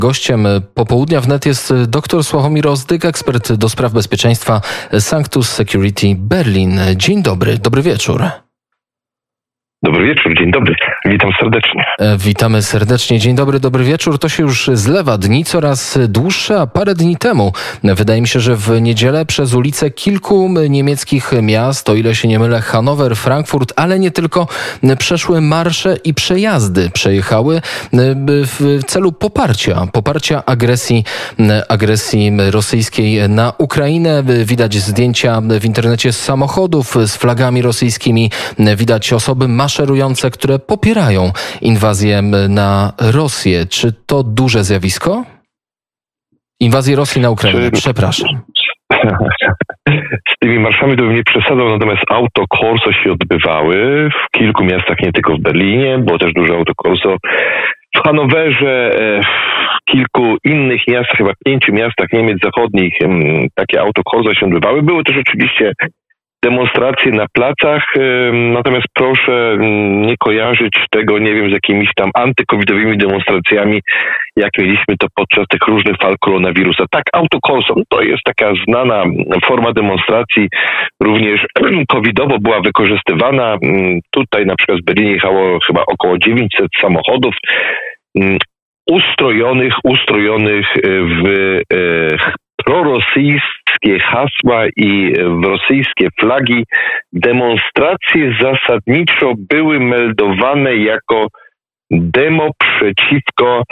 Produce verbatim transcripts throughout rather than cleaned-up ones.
Gościem popołudnia wnet jest dr Sławomir Ozdyk, ekspert do spraw bezpieczeństwa Sanctus Security Berlin. Dzień dobry, dobry wieczór. Dobry wieczór, dzień dobry. Witam serdecznie. Witamy serdecznie. Dzień dobry, dobry wieczór. To się już zlewa. Dni coraz dłuższe, a parę dni temu, wydaje mi się, że w niedzielę przez ulice kilku niemieckich miast, o ile się nie mylę, Hanower, Frankfurt, ale nie tylko, przeszły marsze i przejazdy. Przejechały w celu poparcia, poparcia agresji, agresji rosyjskiej na Ukrainę. Widać zdjęcia w internecie z samochodów z flagami rosyjskimi. Widać osoby maszerujące, które popierają inwazję na Rosję. Czy to duże zjawisko? Inwazję Rosji na Ukrainę, Czy... przepraszam. Z tymi marszami to bym nie przesadzał, natomiast autokorso się odbywały w kilku miastach, nie tylko w Berlinie, było też duże autokorso w Hanowerze, w kilku innych miastach, chyba pięciu miastach Niemiec Zachodnich takie autokorso się odbywały. Były też oczywiście demonstracje na placach, natomiast proszę nie kojarzyć tego, nie wiem, z jakimiś tam antykowidowymi demonstracjami, jak mieliśmy to podczas tych różnych fal koronawirusa. Tak, autokorso to jest taka znana forma demonstracji, również covidowo była wykorzystywana. Tutaj na przykład w Berlinie jechało chyba około dziewięćset samochodów ustrojonych, ustrojonych w prorosyjskie hasła i w rosyjskie flagi. Demonstracje zasadniczo były meldowane jako demo przeciwko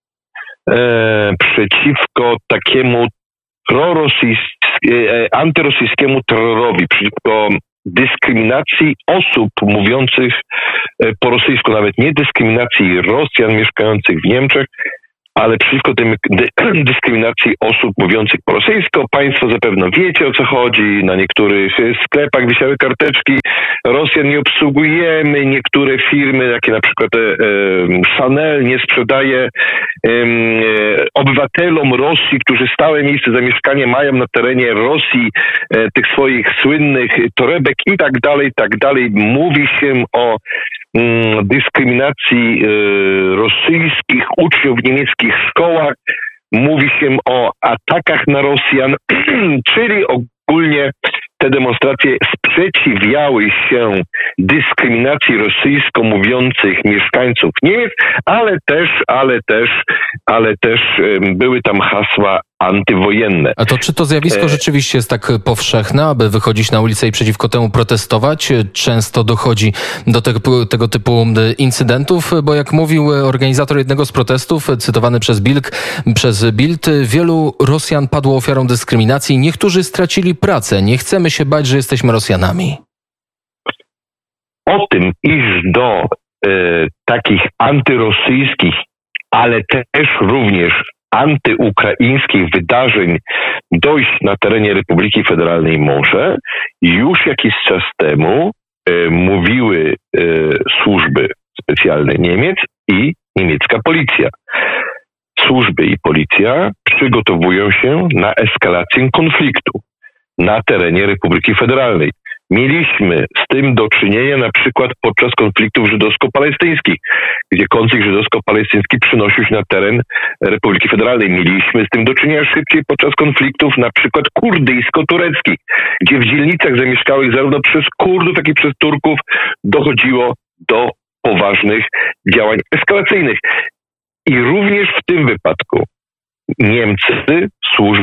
e, przeciwko takiemu prorosyjskie, e, antyrosyjskiemu terrorowi, przeciwko dyskryminacji osób mówiących e, po rosyjsku, nawet nie dyskryminacji Rosjan mieszkających w Niemczech, ale przeciwko tym dy- dyskryminacji osób mówiących po rosyjsku. Państwo zapewne wiecie, o co chodzi. Na niektórych sklepach wisiały karteczki: Rosjan nie obsługujemy. Niektóre firmy, takie na przykład e, e, Chanel, nie sprzedaje e, obywatelom Rosji, którzy stałe miejsce zamieszkania mają na terenie Rosji, e, tych swoich słynnych torebek i tak dalej, i tak dalej. Mówi się o mm, dyskryminacji e, rosyjskich uczniów w niemieckich szkołach, mówi się o atakach na Rosjan, czyli ogólnie te demonstracje sprzeciwiały się dyskryminacji rosyjsko mówiących mieszkańców Niemiec, ale też, ale też, ale też były tam hasła antywojenne. A to czy to zjawisko rzeczywiście jest tak powszechne, aby wychodzić na ulicę i przeciwko temu protestować? Często dochodzi do tego, tego typu incydentów, bo jak mówił organizator jednego z protestów, cytowany przez Bild, przez Bild, wielu Rosjan padło ofiarą dyskryminacji, niektórzy stracili pracę. Nie chcemy się bać, że jesteśmy Rosjanami. O tym, iż do e, takich antyrosyjskich, ale też również antyukraińskich wydarzeń dojść na terenie Republiki Federalnej może, już jakiś czas temu e, mówiły e, służby specjalne Niemiec i niemiecka policja. Służby i policja przygotowują się na eskalację konfliktu na terenie Republiki Federalnej. Mieliśmy z tym do czynienia na przykład podczas konfliktów żydowsko-palestyńskich, gdzie konflikt żydowsko-palestyński przynosił się na teren Republiki Federalnej. Mieliśmy z tym do czynienia szybciej podczas konfliktów na przykład kurdyjsko-tureckich, gdzie w dzielnicach zamieszkałych zarówno przez Kurdów, jak i przez Turków dochodziło do poważnych działań eskalacyjnych. I również w tym wypadku Niemcy, służby,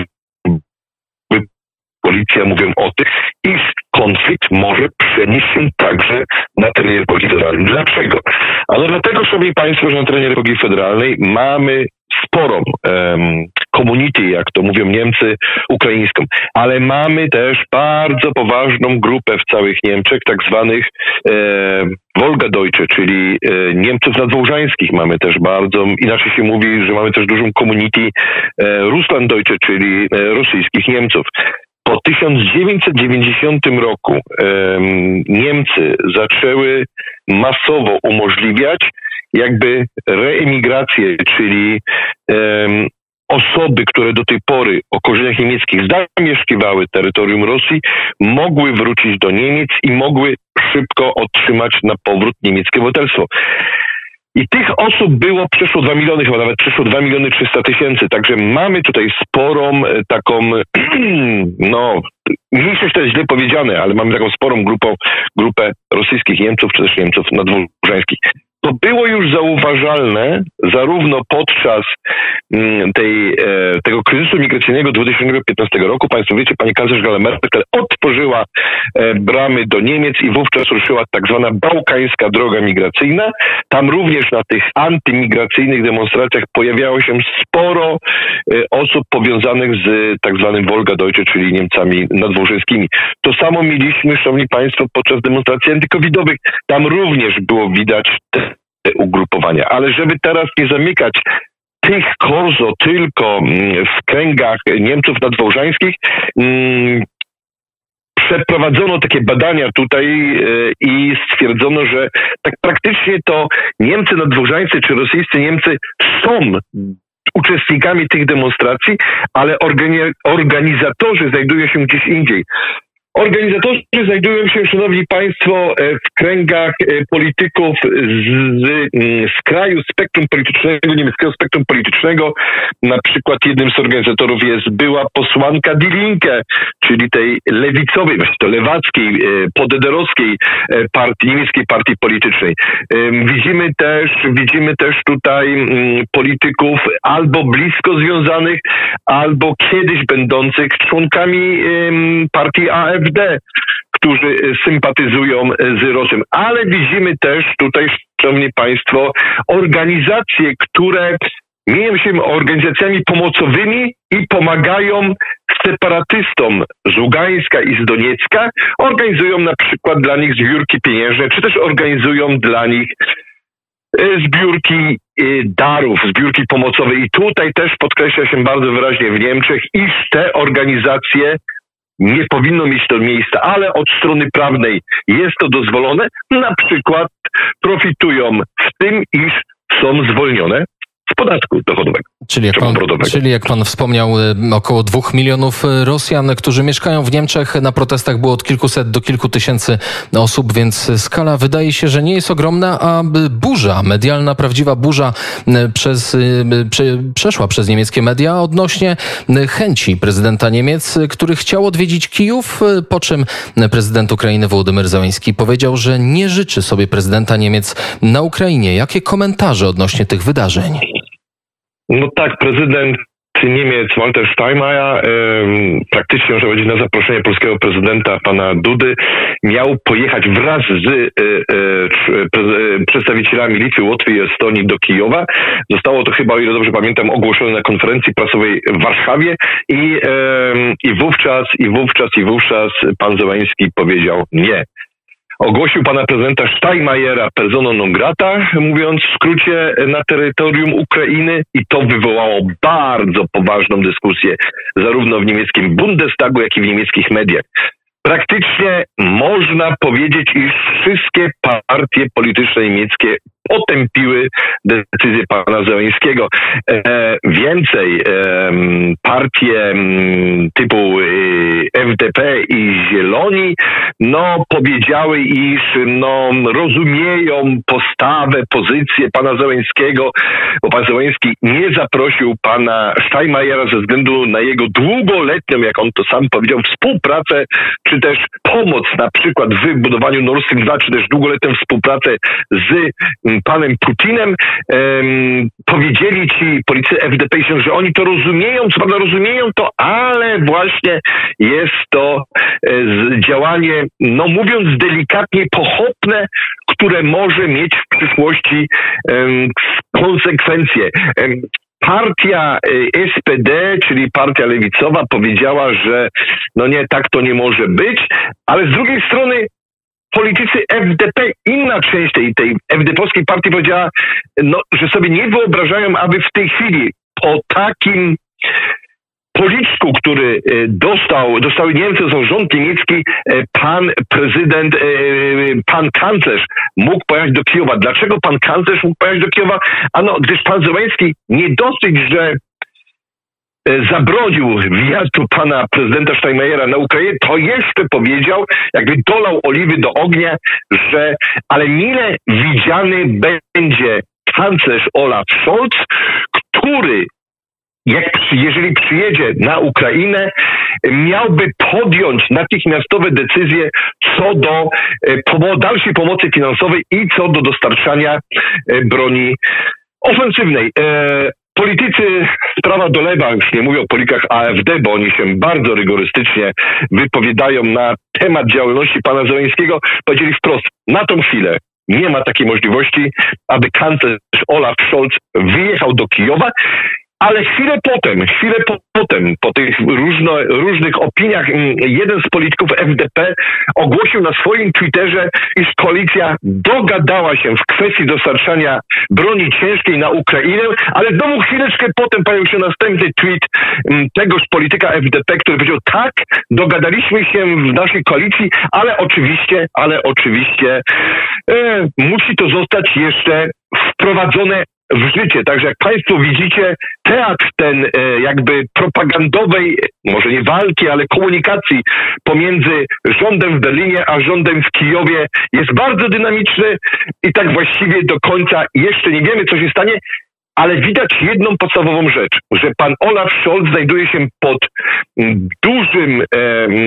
policja mówią o tym, iż konflikt może przenieść się także na terenie Republiki Federalnej. Dlaczego? Ale dlatego, szanowni państwo, że na terenie Republiki Federalnej mamy sporą um, community, jak to mówią Niemcy, ukraińską, ale mamy też bardzo poważną grupę w całych Niemczech, tak zwanych e, Wolgadeutsche, czyli e, Niemców nadwołżańskich. Mamy też bardzo, inaczej się mówi, że mamy też dużą community e, Russlanddeutsche, czyli e, rosyjskich Niemców. Po tysiąc dziewięćset dziewięćdziesiątym roku um, Niemcy zaczęły masowo umożliwiać jakby reemigrację, czyli um, osoby, które do tej pory o korzeniach niemieckich zamieszkiwały terytorium Rosji, mogły wrócić do Niemiec i mogły szybko otrzymać na powrót niemieckie obywatelstwo. I tych osób było przeszło dwa miliony, chyba nawet przeszło dwa miliony trzysta tysięcy. Także mamy tutaj sporą taką, no, mniejszość to jest źle powiedziane, ale mamy taką sporą grupą, grupę rosyjskich Niemców, czy też Niemców nadwórzańskich. To było już zauważalne zarówno podczas tej, tego kryzysu migracyjnego dwa tysiące piętnastego roku. Państwo wiecie, pani kanclerz Angela Merkel otworzyła bramy do Niemiec i wówczas ruszyła tak zwana bałkańska droga migracyjna. Tam również na tych antymigracyjnych demonstracjach pojawiało się sporo osób powiązanych z tak zwanym Wolga-Deutsche, czyli Niemcami nadwórzyńskimi. To samo mieliśmy, szanowni państwo, podczas demonstracji antykowidowych. Tam również było widać te ugrupowania. Ale żeby teraz nie zamykać tych korzo tylko w kręgach Niemców nadwołżańskich, przeprowadzono takie badania tutaj i stwierdzono, że tak praktycznie to Niemcy nadwołżańscy czy rosyjscy Niemcy są uczestnikami tych demonstracji, ale organi- organizatorzy znajdują się gdzieś indziej. Organizatorzy znajdują się, szanowni państwo, w kręgach polityków z, z kraju spektrum politycznego, niemieckiego spektrum politycznego. Na przykład jednym z organizatorów jest była posłanka Die Linke, czyli tej lewicowej, właściwie to lewackiej, podederowskiej partii, niemieckiej partii politycznej. Widzimy też, widzimy też tutaj polityków albo blisko związanych, albo kiedyś będących członkami partii A F D, którzy sympatyzują z Rosją. Ale widzimy też tutaj, szanowni państwo, organizacje, które mienią się organizacjami pomocowymi i pomagają separatystom z Ługańska i z Doniecka, organizują na przykład dla nich zbiórki pieniężne, czy też organizują dla nich zbiórki darów, zbiórki pomocowe. I tutaj też podkreśla się bardzo wyraźnie w Niemczech, iż te organizacje nie powinno mieć to miejsca, ale od strony prawnej jest to dozwolone. Na przykład profitują w tym, iż są zwolnione z podatku dochodowego. Czyli jak, pan, czyli jak pan wspomniał, około dwóch milionów Rosjan, którzy mieszkają w Niemczech. Na protestach było od kilkuset do kilku tysięcy osób, więc skala wydaje się, że nie jest ogromna, a burza, medialna, prawdziwa burza przez, prze, przeszła przez niemieckie media odnośnie chęci prezydenta Niemiec, który chciał odwiedzić Kijów, po czym prezydent Ukrainy Wołodymyr Zełenski powiedział, że nie życzy sobie prezydenta Niemiec na Ukrainie. Jakie komentarze odnośnie tych wydarzeń? No tak, prezydent Niemiec Walter Steinmeier e, praktycznie, można powiedzieć, na zaproszenie polskiego prezydenta pana Dudy miał pojechać wraz z e, e, pre, przedstawicielami Litwy, Łotwy i Estonii do Kijowa. Zostało to chyba, o ile dobrze pamiętam, ogłoszone na konferencji prasowej w Warszawie i, e, i wówczas, i wówczas, i wówczas pan Zełenski powiedział nie. Ogłosił pana prezydenta Steinmeiera persona non grata, mówiąc w skrócie, na terytorium Ukrainy, i to wywołało bardzo poważną dyskusję zarówno w niemieckim Bundestagu, jak i w niemieckich mediach. Praktycznie można powiedzieć, iż wszystkie partie polityczne niemieckie potępiły decyzję pana Zełenskiego. E, więcej, e, partie typu F D P i Zieloni no, powiedziały, iż no, rozumieją postawę, pozycję pana Zełenskiego, bo pan Zełenski nie zaprosił pana Steinmeiera ze względu na jego długoletnią, jak on to sam powiedział, współpracę, czy też pomoc na przykład w budowaniu Nord Stream dwa, czy też długoletnią współpracę z panem Putinem. Um, powiedzieli ci politycy F D P, że oni to rozumieją, co prawda rozumieją to, ale właśnie jest to e, działanie, no mówiąc delikatnie, pochopne, które może mieć w przyszłości um, konsekwencje. Um, Partia S P D, czyli partia lewicowa, powiedziała, że no nie, tak to nie może być, ale z drugiej strony politycy F D P, inna część tej, tej F D P-owskiej partii powiedziała, no, że sobie nie wyobrażają, aby w tej chwili po takim policzku, który dostał, dostały Niemcy, to rząd niemiecki, pan prezydent, pan kanclerz mógł pojechać do Kijowa. Dlaczego pan kanclerz mógł pojechać do Kijowa? Ano, gdyż pan Zełenski nie dosyć, że zabronił wjazdu pana prezydenta Steinmeiera na Ukrainę, to jeszcze powiedział, jakby dolał oliwy do ognia, że ale mile widziany będzie kanclerz Olaf Scholz, który jak, jeżeli przyjedzie na Ukrainę, miałby podjąć natychmiastowe decyzje co do pomo- dalszej pomocy finansowej i co do dostarczania broni ofensywnej. Politycy z prawa do lewa, już nie mówię o politykach A F D, bo oni się bardzo rygorystycznie wypowiadają na temat działalności pana Zełenskiego, powiedzieli wprost, na tą chwilę nie ma takiej możliwości, aby kanclerz Olaf Scholz wyjechał do Kijowa, ale chwilę potem, chwilę po, potem, po tych różno, różnych opiniach, jeden z polityków F D P ogłosił na swoim Twitterze, iż koalicja dogadała się w kwestii dostarczania broni ciężkiej na Ukrainę, ale znowu chwileczkę potem pojawił się następny tweet tegoż polityka F D P, który powiedział, tak, dogadaliśmy się w naszej koalicji, ale oczywiście, ale oczywiście e, musi to zostać jeszcze wprowadzone w życie. Także jak państwo widzicie, teatr ten e, jakby propagandowej, może nie walki, ale komunikacji pomiędzy rządem w Berlinie a rządem w Kijowie jest bardzo dynamiczny i tak właściwie do końca jeszcze nie wiemy, co się stanie, ale widać jedną podstawową rzecz, że pan Olaf Scholz znajduje się pod dużym e,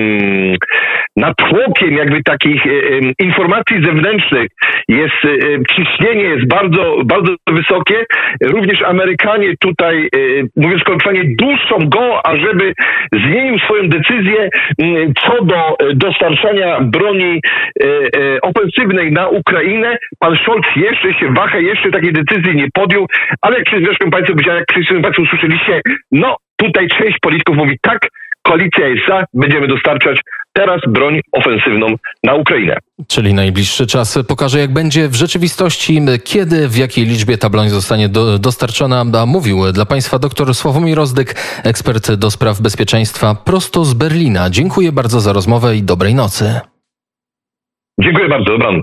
natłokiem jakby takich e, informacji zewnętrznych. Jest e, ciśnienie jest bardzo, bardzo wysokie. Również Amerykanie tutaj, e, mówiąc kolokwialnie, duszą go, ażeby zmienił swoją decyzję m, co do dostarczania broni e, e, ofensywnej na Ukrainę. Pan Scholz jeszcze się waha, jeszcze takiej decyzji nie podjął, ale jak zresztą państwo powiedziałem, jak wszyscy państwo usłyszeliście, no tutaj część polityków mówi tak, koalicja jest za, będziemy dostarczać teraz broń ofensywną na Ukrainę. Czyli najbliższy czas pokaże, jak będzie w rzeczywistości, kiedy, w jakiej liczbie ta broń zostanie do, dostarczona. A mówił dla państwa dr Sławomir Rozdyk, ekspert do spraw bezpieczeństwa prosto z Berlina. Dziękuję bardzo za rozmowę i dobrej nocy. Dziękuję bardzo, dobranoc.